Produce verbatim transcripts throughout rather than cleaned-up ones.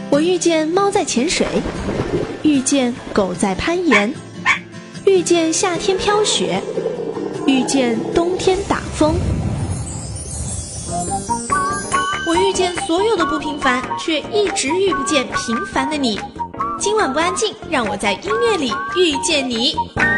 我遇见猫在潜水，遇见狗在攀岩，遇见夏天飘雪，遇见冬天打风。我遇见所有的不平凡，却一直遇不见平凡的你。今晚不安静，让我在音乐里遇见你。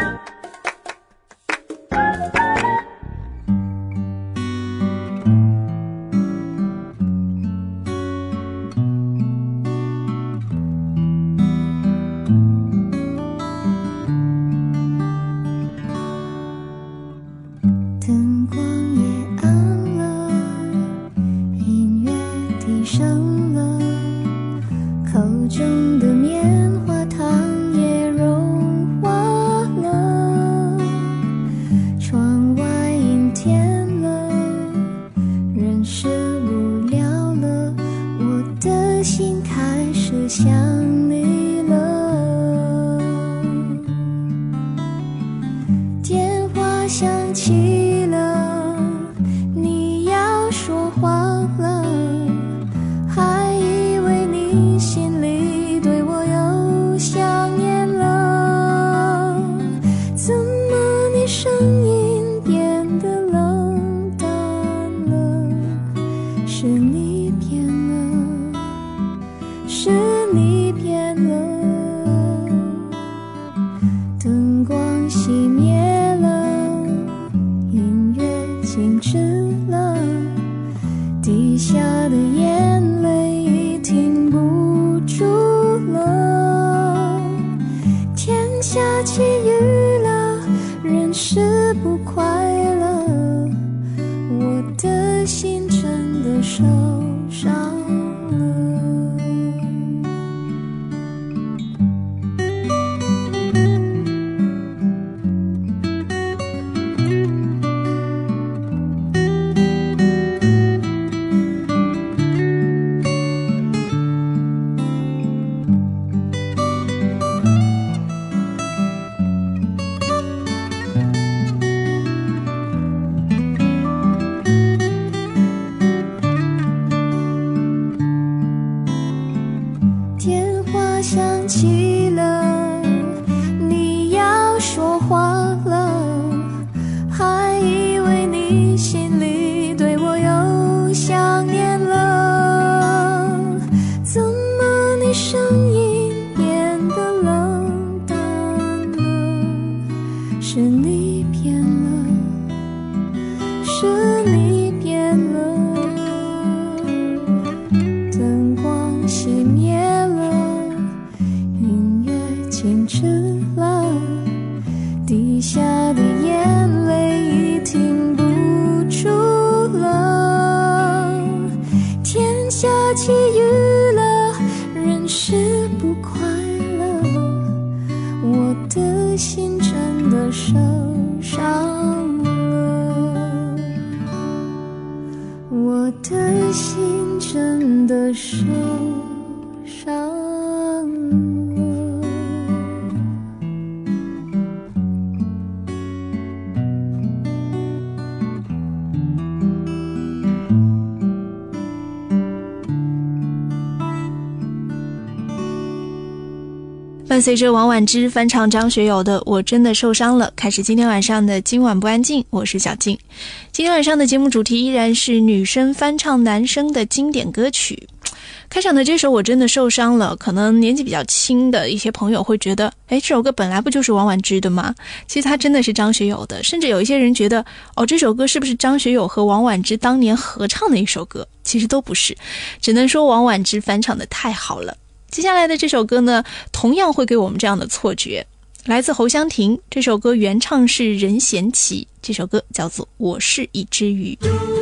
伴随着王菀之翻唱张学友的《我真的受伤了》，开始今天晚上的今晚不安静，我是小静。今天晚上的节目主题依然是女生翻唱男生的经典歌曲。开场的这首《我真的受伤了》，可能年纪比较轻的一些朋友会觉得，诶，这首歌本来不就是王菀之的吗？其实它真的是张学友的，甚至有一些人觉得，哦，这首歌是不是张学友和王菀之当年合唱的一首歌？其实都不是，只能说王菀之翻唱的太好了。接下来的这首歌呢，同样会给我们这样的错觉。来自侯湘婷，这首歌原唱是任贤齐，这首歌叫做《我是一只鱼》。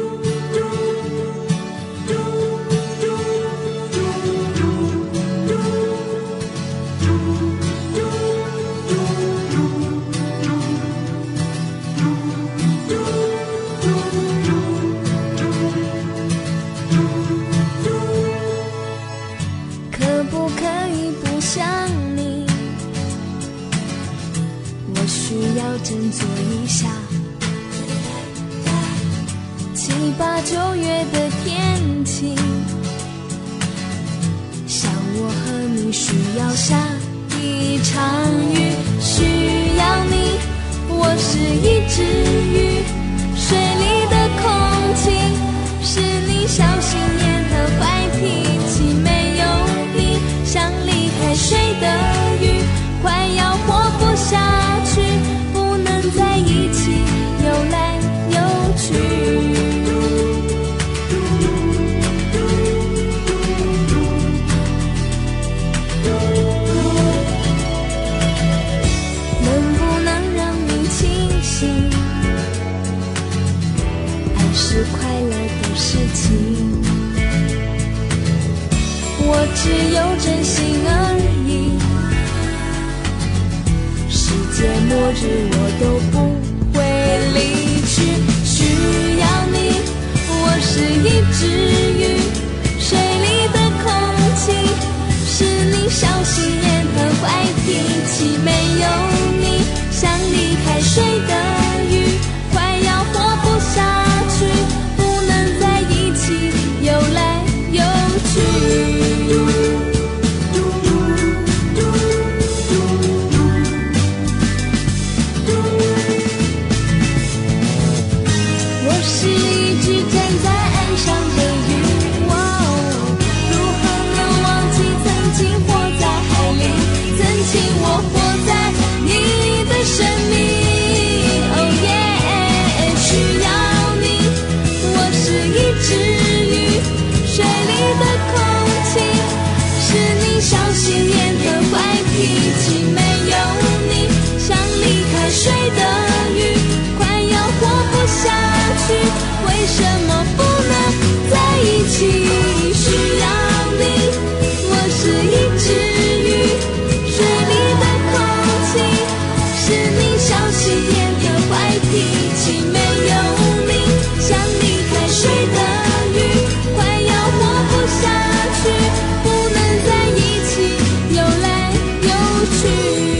振作一下，七八九月的天气，像我你需要下一场雨，需要你，我是一只鱼，水里的空气是你小心眼和坏脾气，没有你像离开水的鱼，快要活不下去，不能在一起游来游去。是快乐的事情，我只有真心而已，世界末日我都不会离去，需要你，我是一只鱼，水里的空气是你小心眼和坏脾气，没有你像离开水的鱼，快要活不下去，不能在一起游来游去。我是一只站在岸上的鱼，哦，如何能忘记曾经活在海里，曾经我活在你的生命。只鱼，水里的空气是你小心眼和坏脾气，没有你像离开水的鱼，快要活不下去，为什么不能在一起？需要你，我是一只鱼，水里的空气是你小心眼和坏脾气，没有你像离开水的不能在一起游来游去。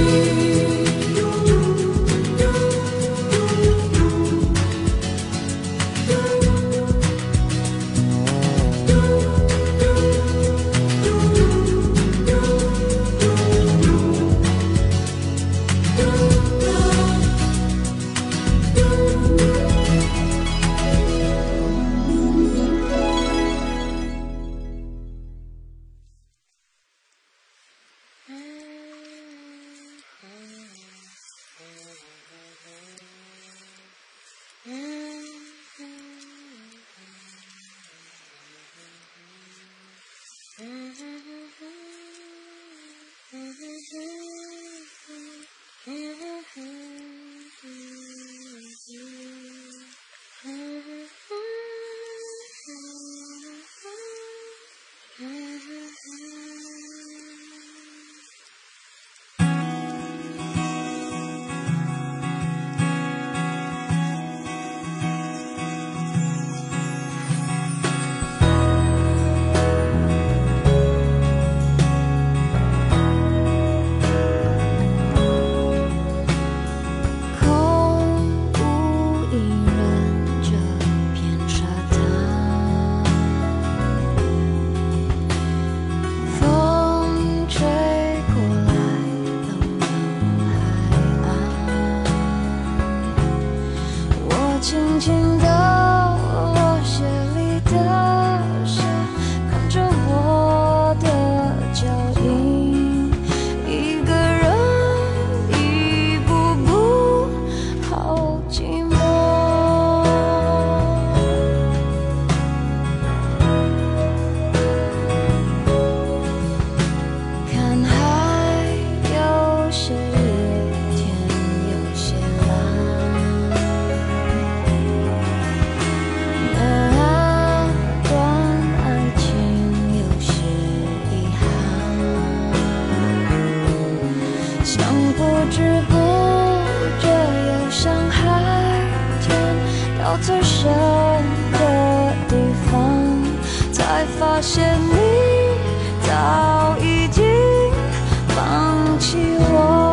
最深的地方，才发现你早已经放弃我。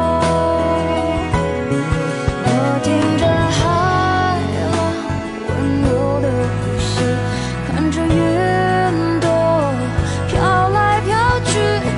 我听着海浪温柔的呼吸，看着云朵飘来飘去。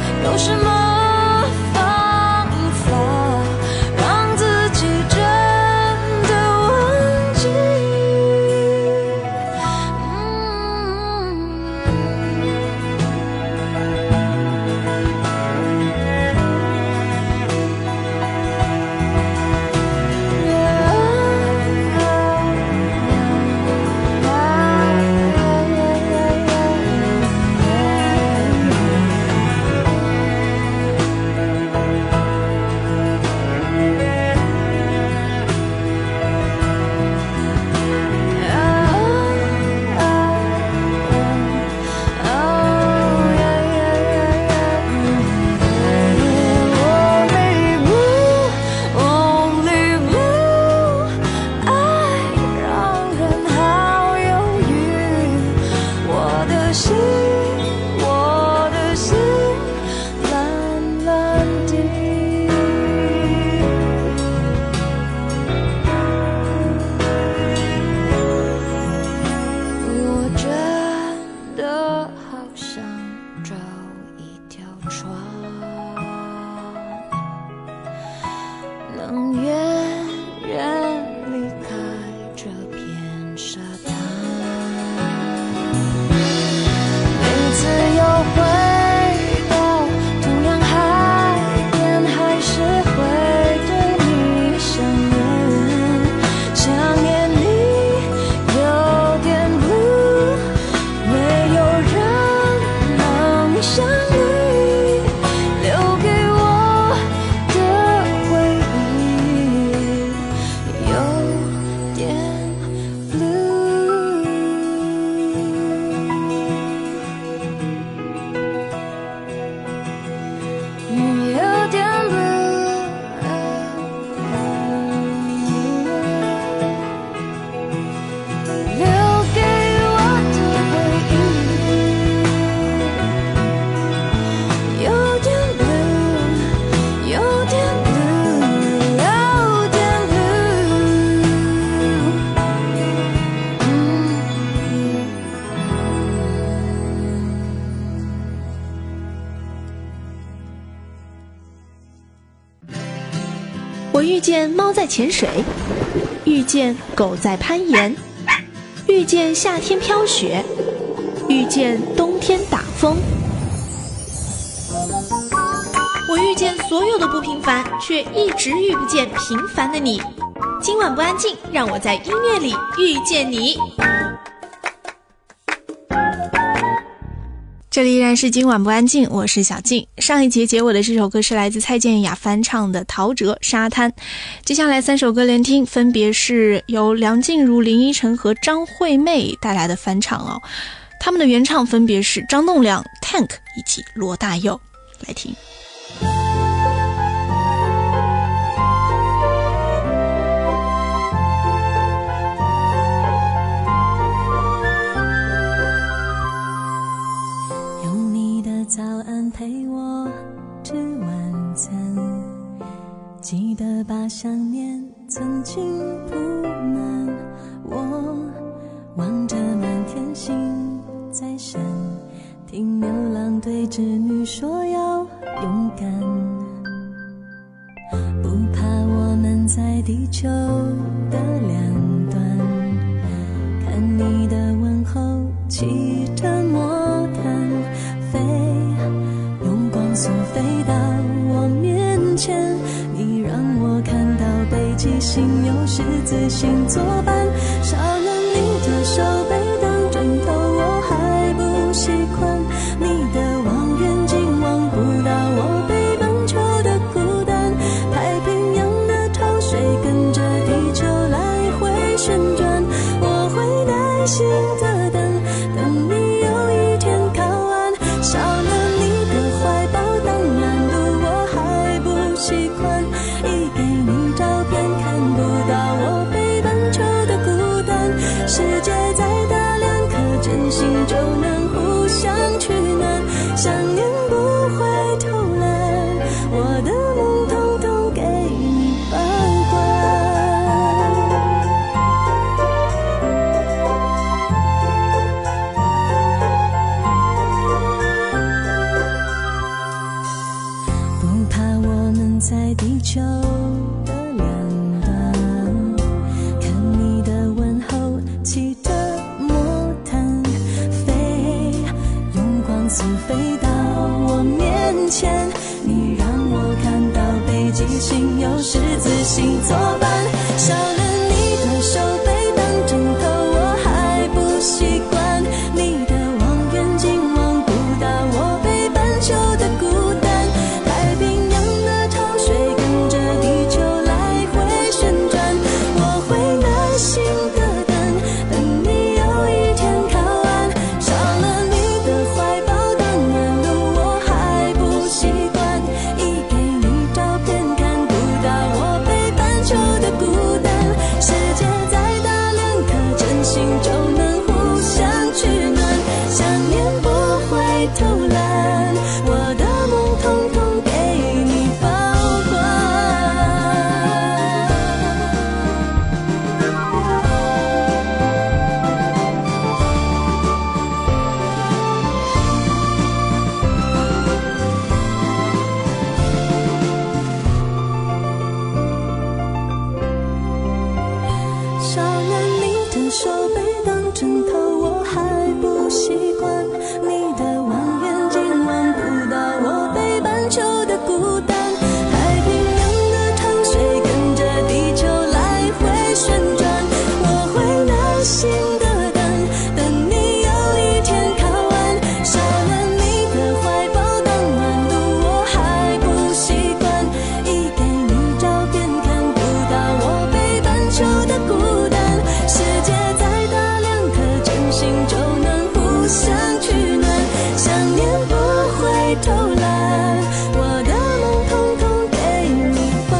上找一条船，能远远离开这片沙滩。每次又回到同样海边，还是会对你想念，想念你有点 blue， 没有人能像你留给我的回忆，有点 blue， 有点 blue， 留给我的回忆，有点 blue， 有点 blue， 有点 blue， 我遇见猫在潜水，遇见狗在攀岩，遇见夏天飘雪，遇见冬天打风。我遇见所有的不平凡，却一直遇不见平凡的你。今晚不安静，让我在音乐里遇见你。这里依然是今晚不安静，我是小静。上一节结尾的这首歌是来自蔡健雅翻唱的陶喆《沙滩》。接下来三首歌连听，分别是由梁静茹、林依晨和张惠妹带来的翻唱哦。他们的原唱分别是张栋梁、Tank 以及罗大佑。来听。 用你的早安陪我吃晚餐，记得把想念曾经铺满。我望着满天星在闪，听牛郎对织女说要勇敢，不怕我们在地球的两端，看你的问候骑着魔毯飞，用光速飞到我面前，你让我看到北极星有十字星作伴，少了你的手背当枕头我还不习惯，你的望远镜望不到我北半球的孤单，太平洋的潮水跟着地球来回旋转，我会耐心的等，等你有一天靠岸，少了你的怀抱当然路我还不习惯，一给你照片看不到我北半球的孤单，世界再大两颗真心就能互相取暖，想念不会偷懒，我的梦统统给你保管，不怕我们在地球的两端，看你的问候骑着魔毯飞，用光速飞到我面前，你让我看到北极星有十字星作伴，少了你的手背当枕头我还不习惯，你的望远镜望不到我北半球的孤单，太平洋的潮水跟着地球来回旋转，我会耐心的等，等你有一天靠岸，少了你的怀抱当然路我还不习惯，一给你照片看不到我北半球的孤单， 会偷懒，我的梦统统给你包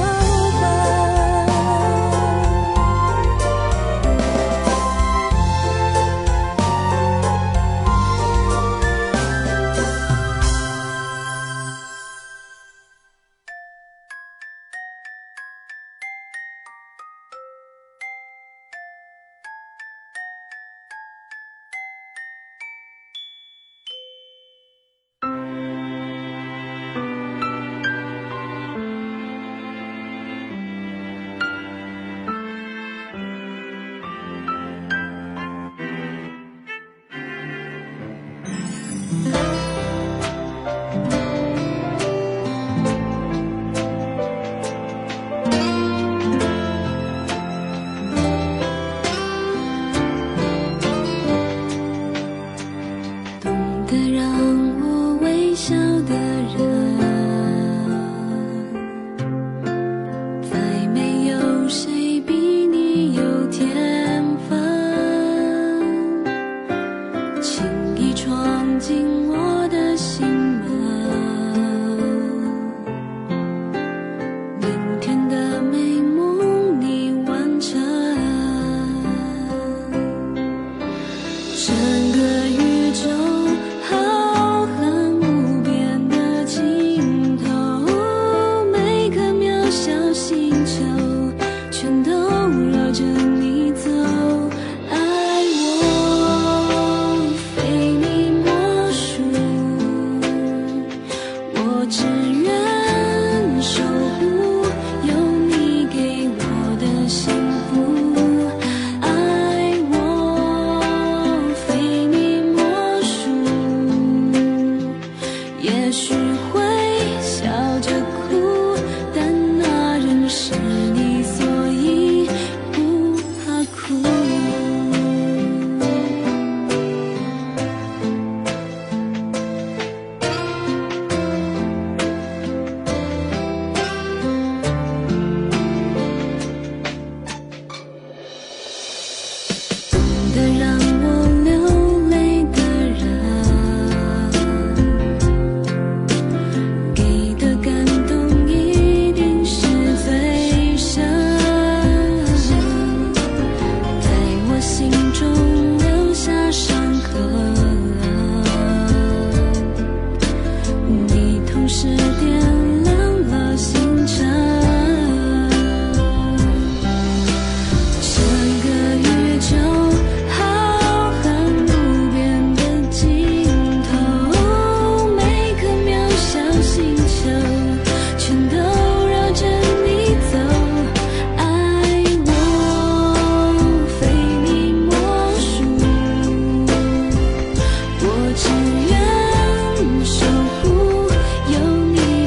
我只愿守护有你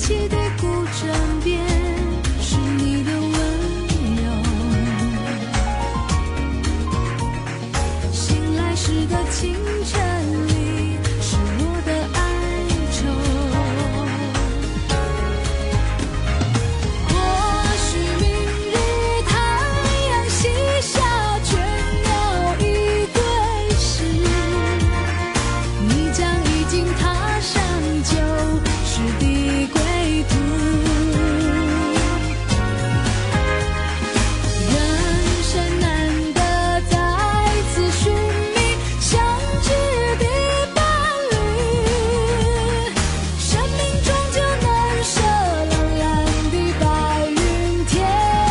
起的古镇边，是你的温柔。醒来时的清晨里，是我的哀愁。或许明日太阳西下，倦鸟已归时，你将已经踏上旧时的归途。人生难得再次寻觅相知的伴侣，生命终究难舍蓝蓝的白云天。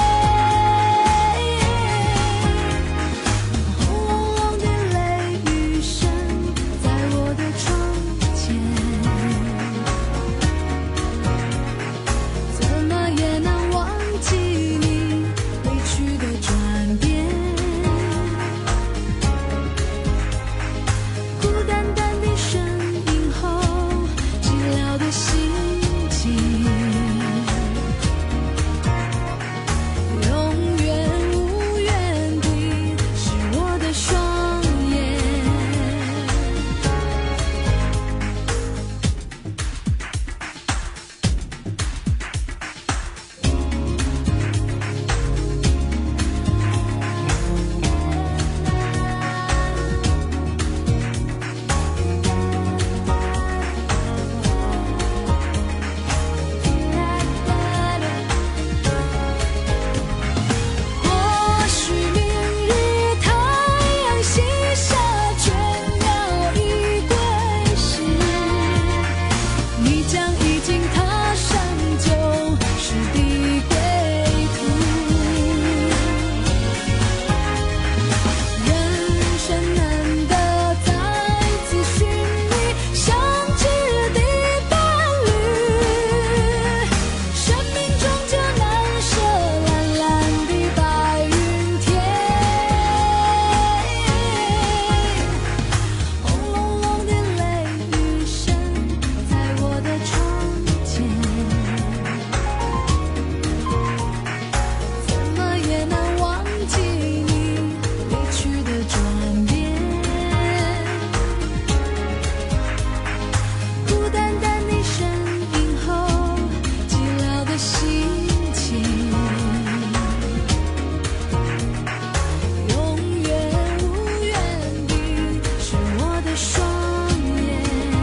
轰隆隆的雷雨声在我的窗前，怎么也难忘记你离去的转变。孤单单的身影后，寂寥的心情，永远无缘的是我的双眼。或许明日太阳西下，倦鸟已归时，你将已经踏上旧时的归途。人生难得再次寻觅相知的伴侣，生命终究难舍蓝蓝的白云天。轰隆隆的雷雨声在我的窗前，怎么也难忘记你离去的转变。孤单单的身影后，寂寥的心情，永远无缘的是我的双眼，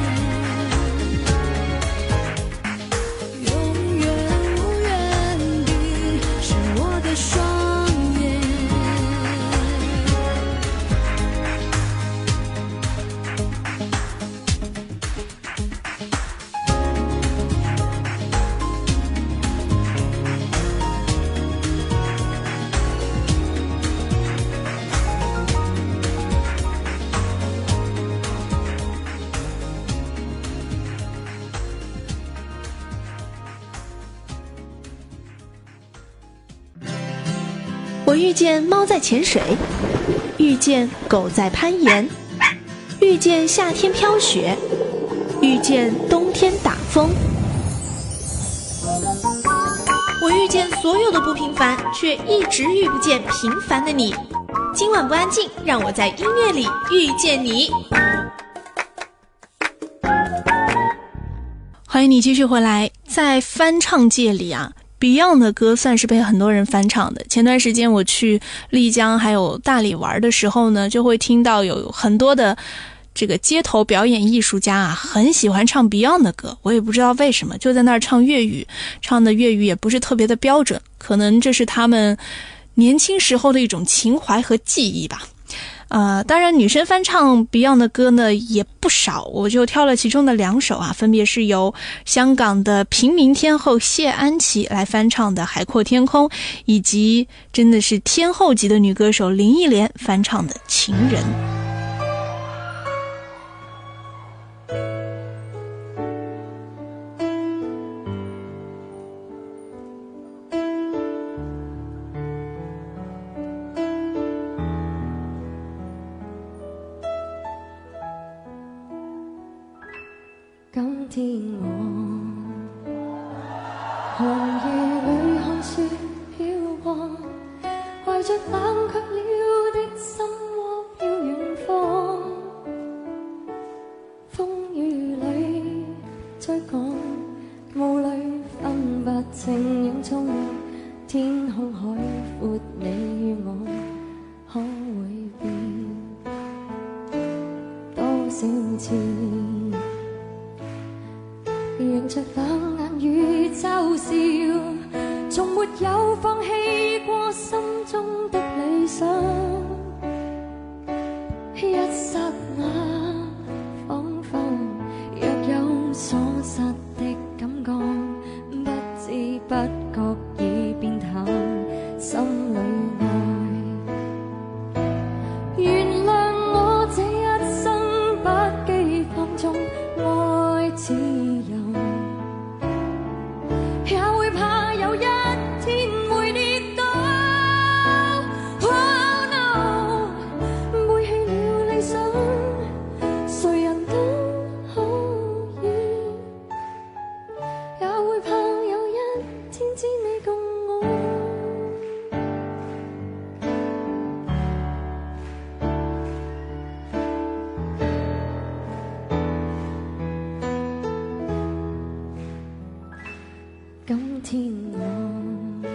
永远无缘的是我的双眼。 我遇见猫在潜水，遇见狗在攀岩，遇见夏天飘雪，遇见冬天打风。我遇见所有的不平凡，却一直遇不见平凡的你。今晚不安静，让我在音乐里遇见你。欢迎你继续回来。在翻唱界里啊，Beyond 的歌算是被很多人翻唱的。前段时间我去丽江还有大理玩的时候呢，就会听到有很多的这个街头表演艺术家啊，很喜欢唱 Beyond 的歌。我也不知道为什么，就在那儿唱粤语，唱的粤语也不是特别的标准，可能这是他们年轻时候的一种情怀和记忆吧。呃，当然女生翻唱 Beyond 的歌呢也不少，我就挑了其中的两首啊，分别是由香港的平民天后谢安琪来翻唱的《海阔天空》，以及真的是天后级的女歌手林忆莲翻唱的《情人》。 今天我追趕，霧裏分不清影蹤，天空海闊，你與我可會變多少次？迎着冷眼與嘲笑，從沒有放棄過心中的理想。一剎那彷彿若有所失的感覺，不知不覺已變淡，心裏愛。原諒我這一生不羈放縱愛自由，也會怕有一天會跌倒。Oh no， 背棄了理想，誰人都可以，也會怕有一天只你共我。今天我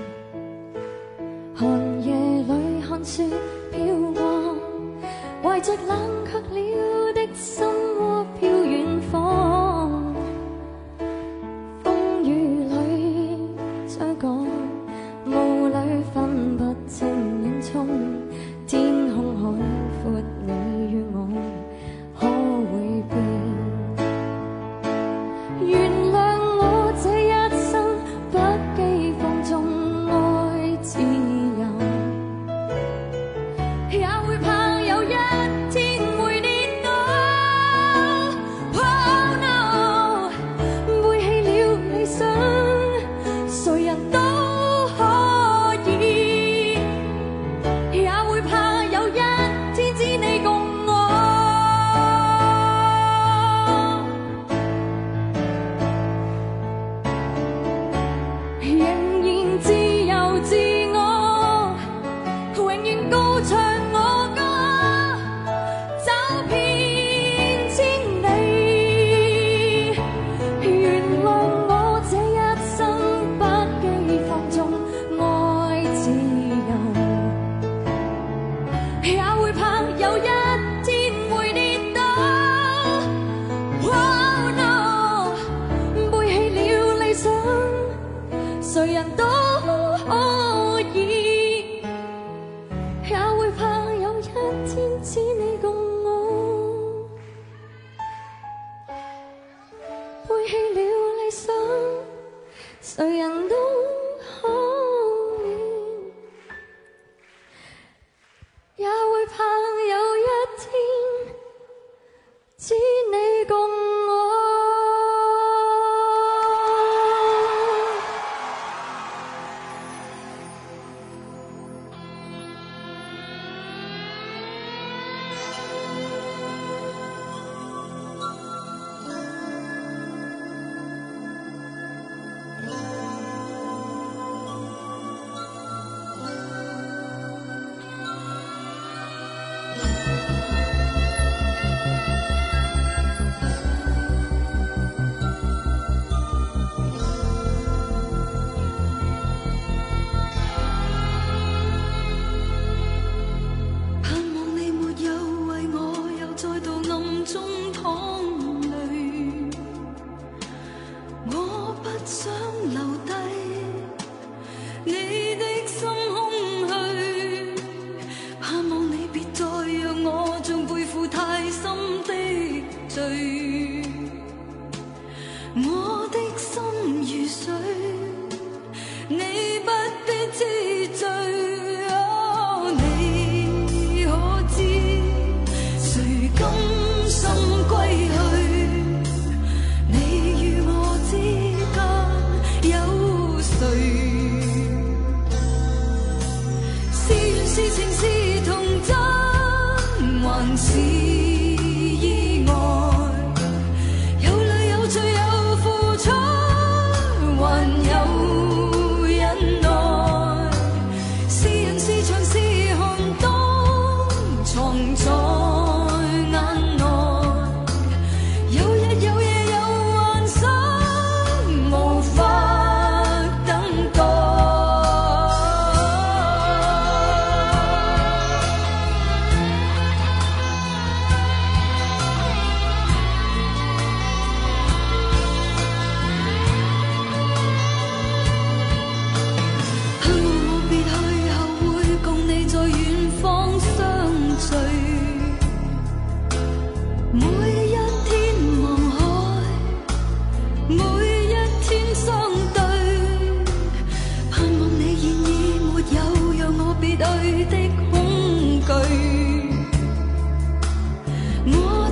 寒夜裏看雪飄過，懷着冷卻了的心窩飄遠方。風雨裏追趕，霧裏分不清影蹤，天空海闊，你與我可會變？原諒我這一生不羈放縱愛自由，也會怕有一天會跌倒。Oh no， 背棄了理想，誰人都可以，也會怕有一天只你共我。仍然自由自我，永遠高唱我歌，走遍千里。原諒我這一生不羈放縱愛自由，也會怕有一天會跌倒。Oh no， 背棄了理想，誰人都可以，也會怕有一天只你共我。背棄了理想，誰人都可以，也會怕有一天只你共我。 盼望你沒有為我又再度暗中淌淚，我不想留低你的心空虛，盼望你別再讓我像背負太深的罪，我的心如水，你不必知罪。哦，你可知誰甘心歸去？你與我之間有誰？是緣是情是童真，還是意外？有淚有罪有付出，還有忍耐。是人是牆是寒冬，藏在眼內。有日有夜有幻想。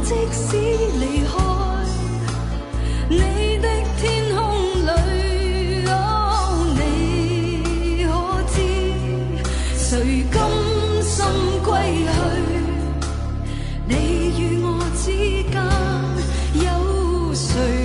即使離開你的天空裏，哦，你可知誰甘心歸去？你與我之間有誰？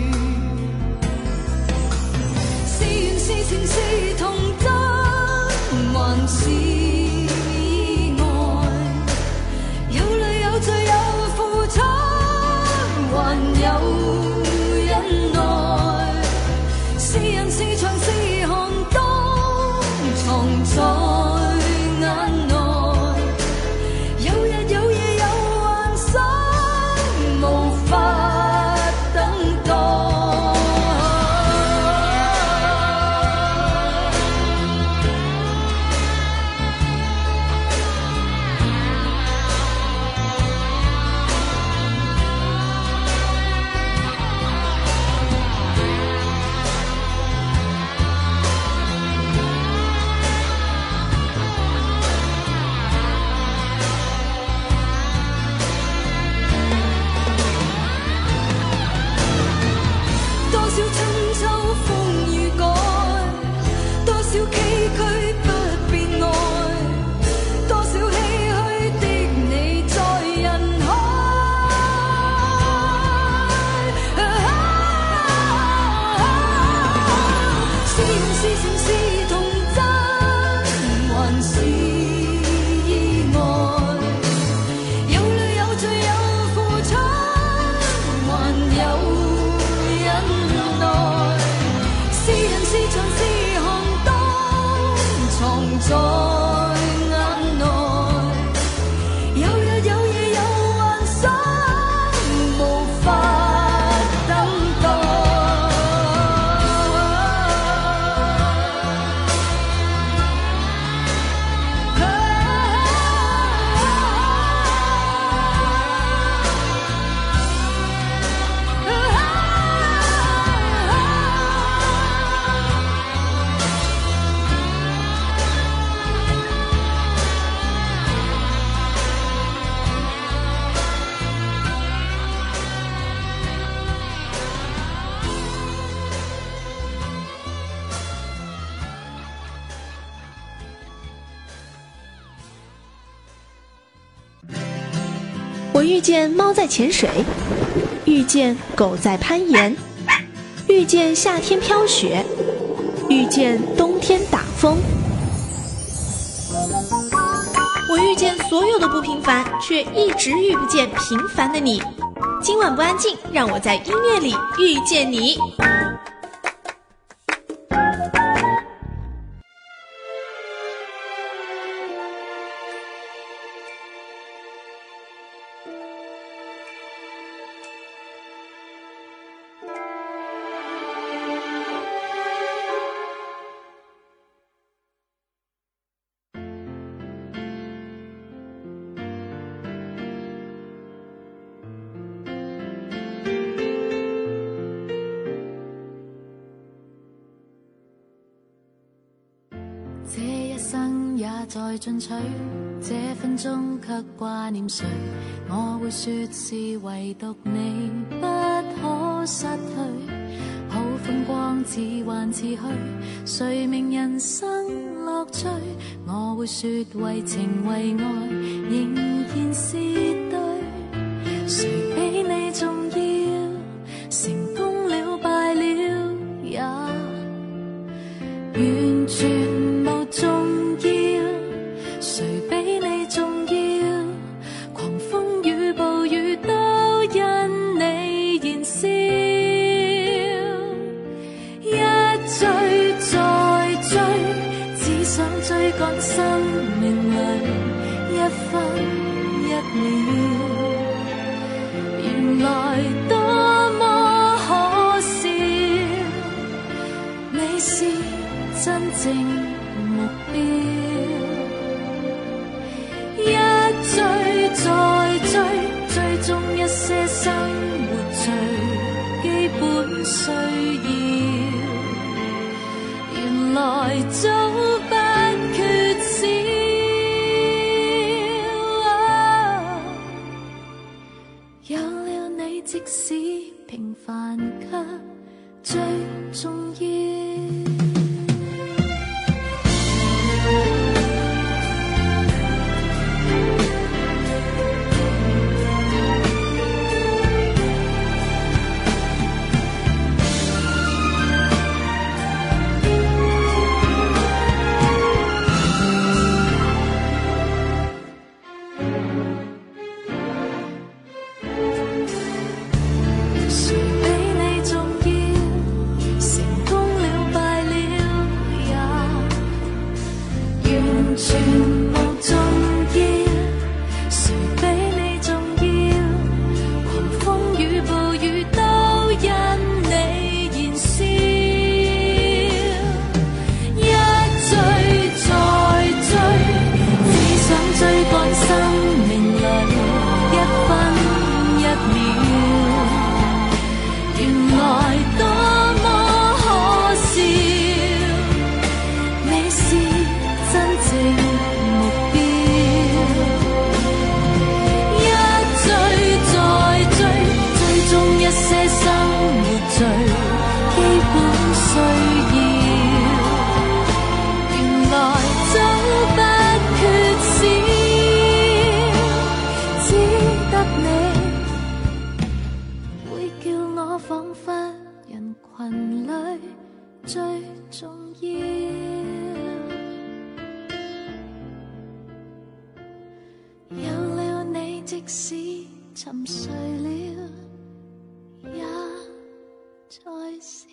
是緣是情是童真，還是意外？有淚有罪有付出，還有忍耐。是人是牆是寒冬，藏在眼內。有日有夜有幻想，無法等待。 我遇见猫在潜水，遇见狗在攀岩，遇见夏天飘雪，遇见冬天打风。我遇见所有的不平凡，却一直遇不见平凡的你。今晚不安静，让我在音乐里遇见你。 这一生也在進取，這分鐘卻掛念誰？我會說是唯獨你不可失去。好風光似幻似虛，誰明人生樂趣？我會說為情為愛仍然是對。誰比你重要？成功了敗了也完全重要，誰比你重要？狂風與暴雨都因你燃燒，一追再追，只想追趕生命裏一分一秒。 有了你，即使平凡卻最重要。即使沉睡了，也在笑。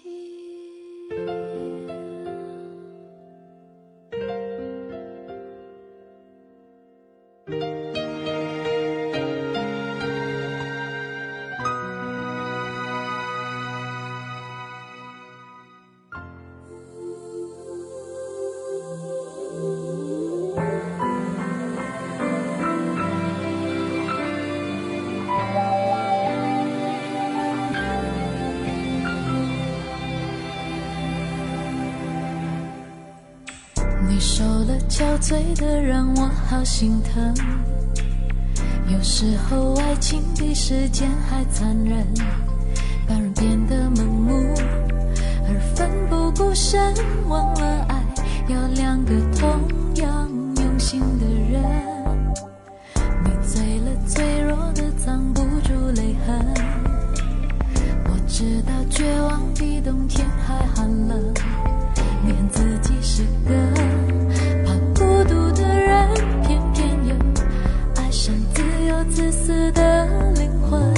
受了憔悴的让我好心疼，有时候爱情比时间还残忍，把人变得盲目而奋不顾身，忘了爱要两个同样用心的人。你醉了，脆弱的藏不住泪痕，我知道绝望比冬天还寒冷，念自己是个怕孤独的人，偏偏又爱上自由自私的灵魂。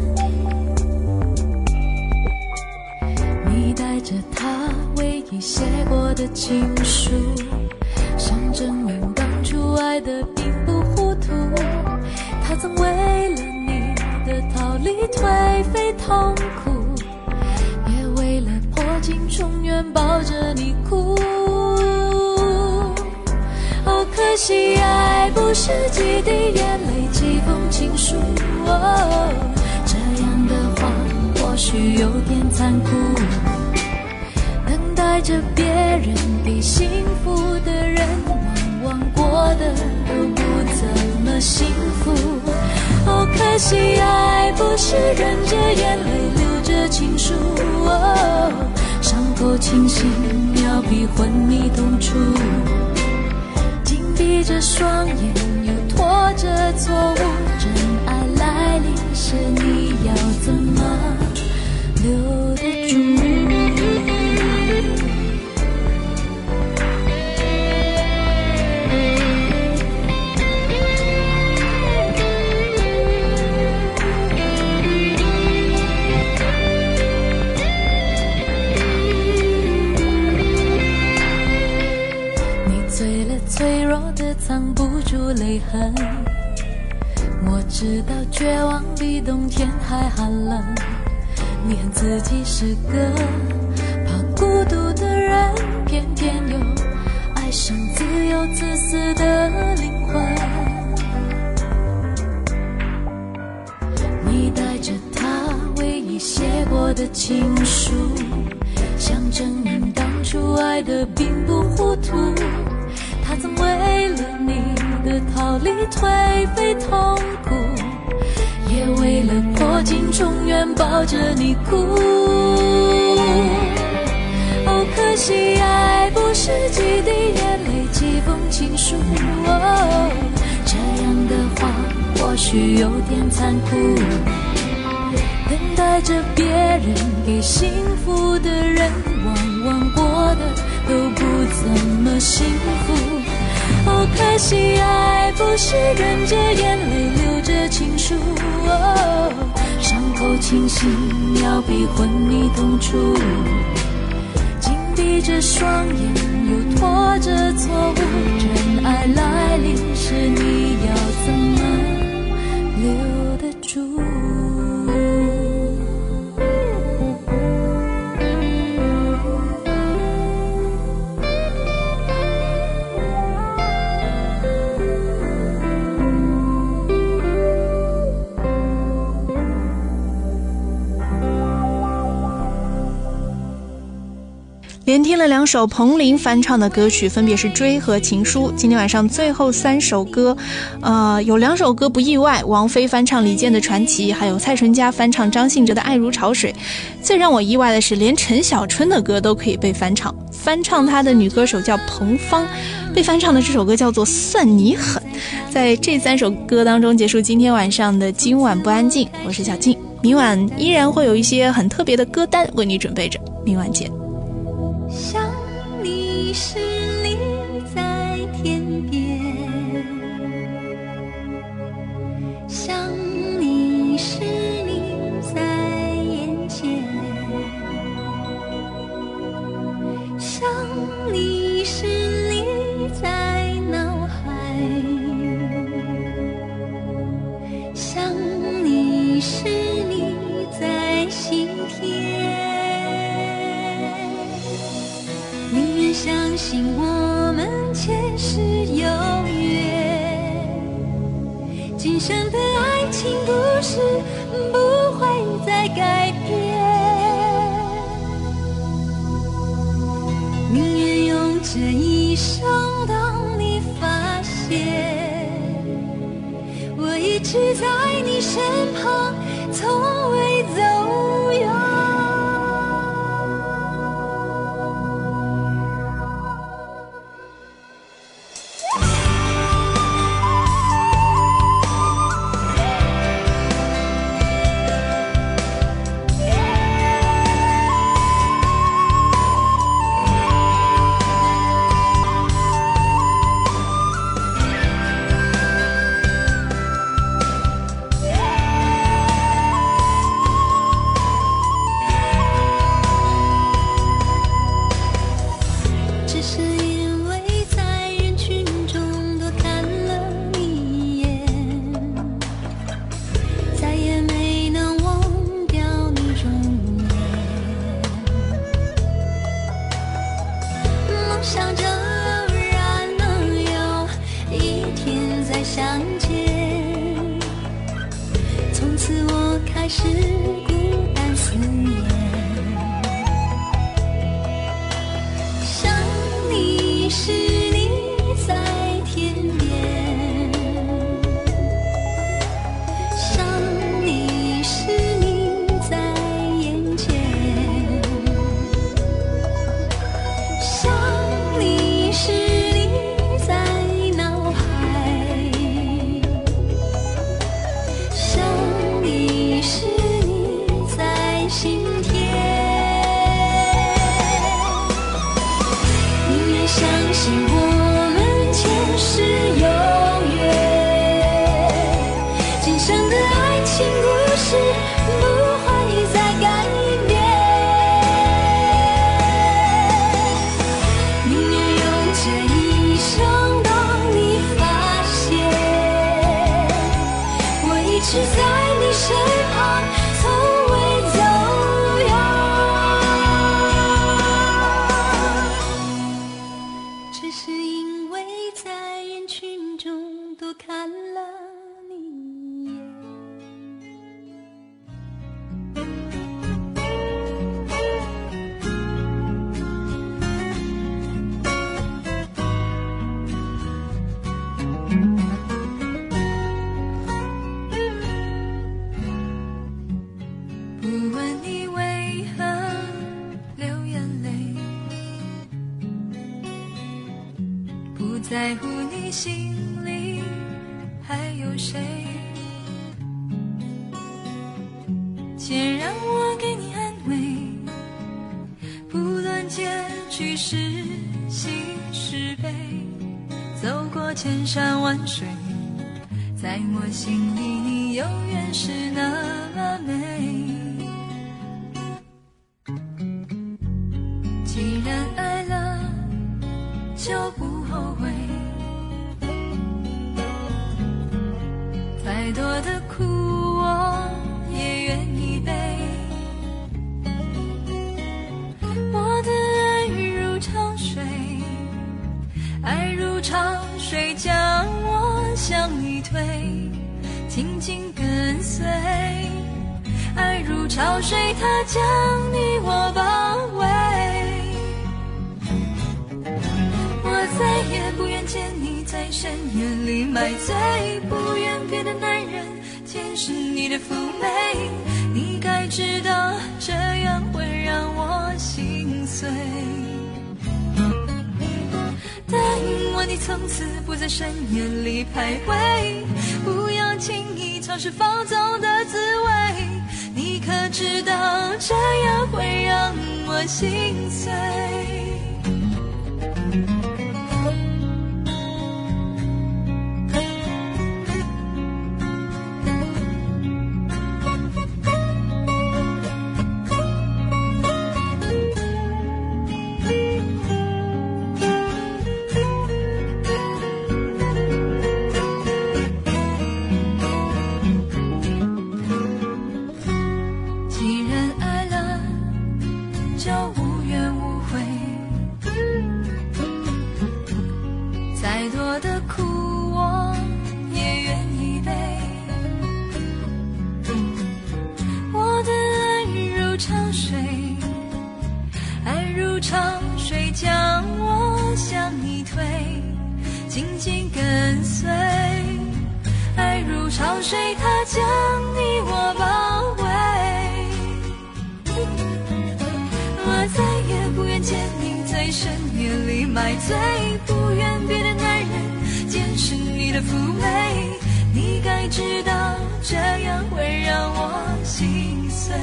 你带着他唯一写过的情书，想证明当初爱的并不糊涂。他曾为了你的逃离颓废痛苦，也为了破镜重圆抱着你哭。哦，可惜爱不是几滴眼泪几封情书，哦，这样的话或许有点残酷。等待着别人比幸福的人，往往过得都不怎么幸福。哦，可惜爱不是忍着眼泪流着情书，哦，伤口清醒要比昏迷痛楚。紧闭着双眼又拖着错误，真爱来临时你要怎么留得住？脆弱的藏不住泪痕，我知道绝望比冬天还寒冷，念自己是个怕孤独的人，偏偏又爱上自由自私的灵魂。你带着他唯一写过的情书，想证明当初爱的并不糊涂。他曾为了你的逃离颓废痛苦，也为了握紧，永远抱着你哭。哦，可惜爱不是几滴眼泪几封情书，哦，这样的话或许有点残酷。等待着别人给幸福的人，往往过得都不怎么幸福。哦，可惜爱不是忍着眼泪流着情书，哦，伤口清醒要比昏迷痛楚。紧闭着双眼又拖着错误，真爱来临时你要怎么留得住？ 连听了两首彭羚翻唱的歌曲，分别是《追》和《情书》。今天晚上最后三首歌，呃，有两首歌不意外，王菲翻唱李健的《传奇》，还有蔡淳佳翻唱张信哲的《爱如潮水》。最让我意外的是，连陈小春的歌都可以被翻唱。翻唱他的女歌手叫彭芳，被翻唱的这首歌叫做《算你狠》。在这三首歌当中结束今天晚上的今晚不安静，我是小静。明晚依然会有一些很特别的歌单为你准备着，明晚见。 想你时你在天边，想你时你在眼前，想你时你在脑海，想你时你在心田。相信我们前世有约，今生的爱情故事不会再改变。宁愿用这一生等你发现，我一直在你身旁，从未走远。是孤单思念，想你时你在天边，想你时你在眼前，想你时你在脑海，想你时你在心田，宁愿相信我在乎你心里还有谁？且让我给你安慰，不论结局是喜是悲，走过千山万水，在我心里你永远是那么美。既然爱了就不后悔，再多的苦我也愿意背。我的爱如潮水，爱如潮水将我向你推，紧紧跟随。爱如潮水，它将你我包围。我再也不愿见你在深夜里买醉，不愿别的男人见识你的妩媚。你该知道这样会让我心碎。答应我你从此不在深夜里徘徊，不要轻易尝试放纵的滋味。你可知道这样会让我心碎。买醉，不愿别的男人见识你的妩媚。你该知道这样会让我心碎。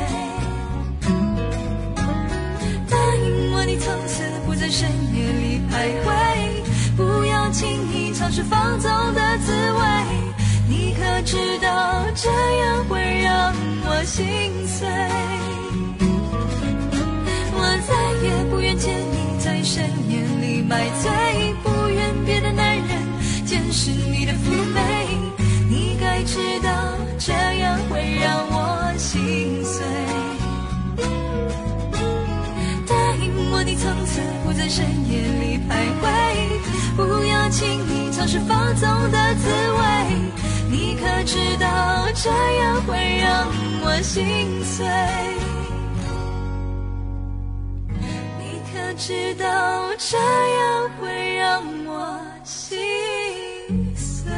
答应我你从此不在深夜里徘徊，不要轻易尝试放纵的滋味。你可知道这样会让我心碎。我再也不愿见你在深夜里买醉，不愿别的男人见识你的妩媚。你该知道这样会让我心碎。答应我你从此不在深夜里徘徊，不要轻易尝试放纵的滋味。你可知道这样会让我心碎。知道这样会让我心碎。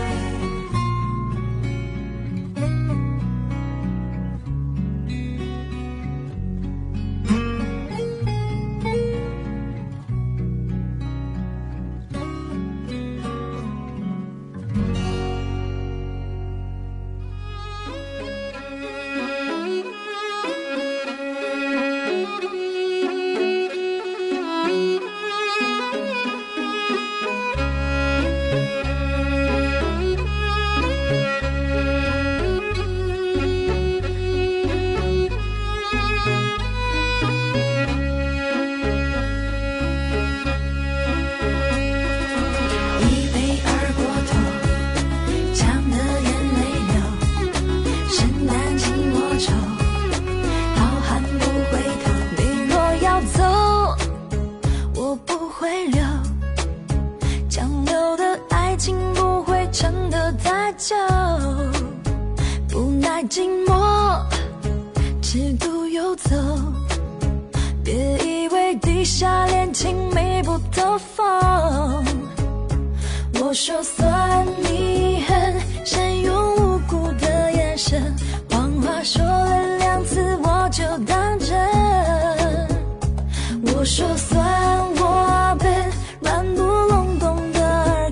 我说算你狠，善用无辜的眼神，谎话说了两次我就当真。我说算我笨，软不隆咚的耳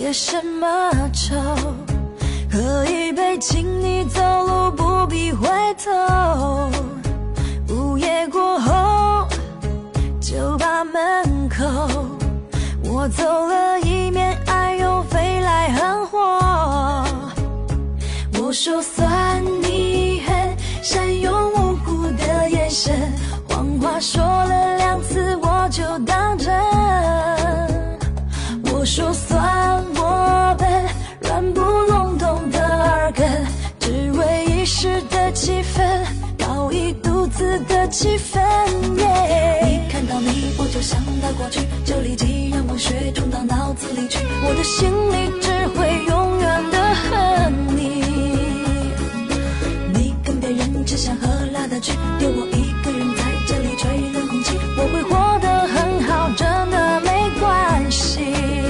别什么愁，喝一杯请你走路不必回头，午夜过后酒吧门口，我走了一面，爱又飞来横祸。我说算你狠，善用无辜的眼神，谎话说了两次我就当真。我说算我笨，软不隆咚的耳根，只为一时的气氛，搞一肚子的气氛。Yeah、一看到你我就想到过去，就立即让文学冲到脑子里去，我的心里只会永远的恨你。你跟别人吃香喝辣的去，丢我一个人在这里吹冷空气，我会活得很好，真的没关系。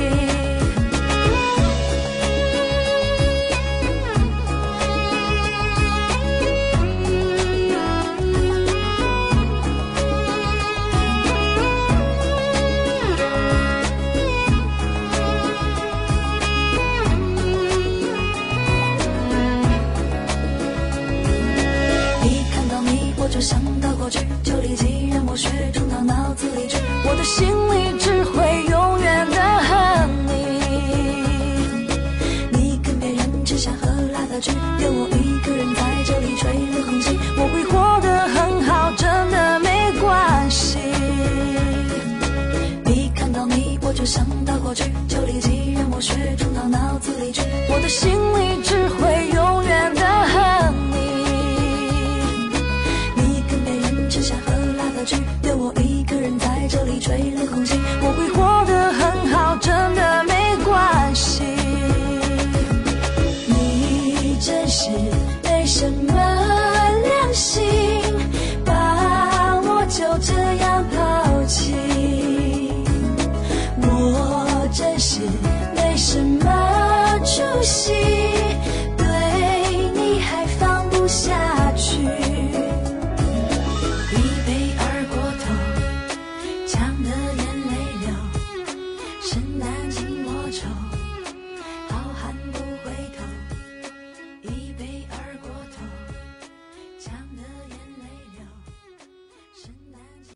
就想到过去，就立即让我血冲到脑子里去，我的心里只会永远的恨你。你跟别人吃香喝辣的去，丢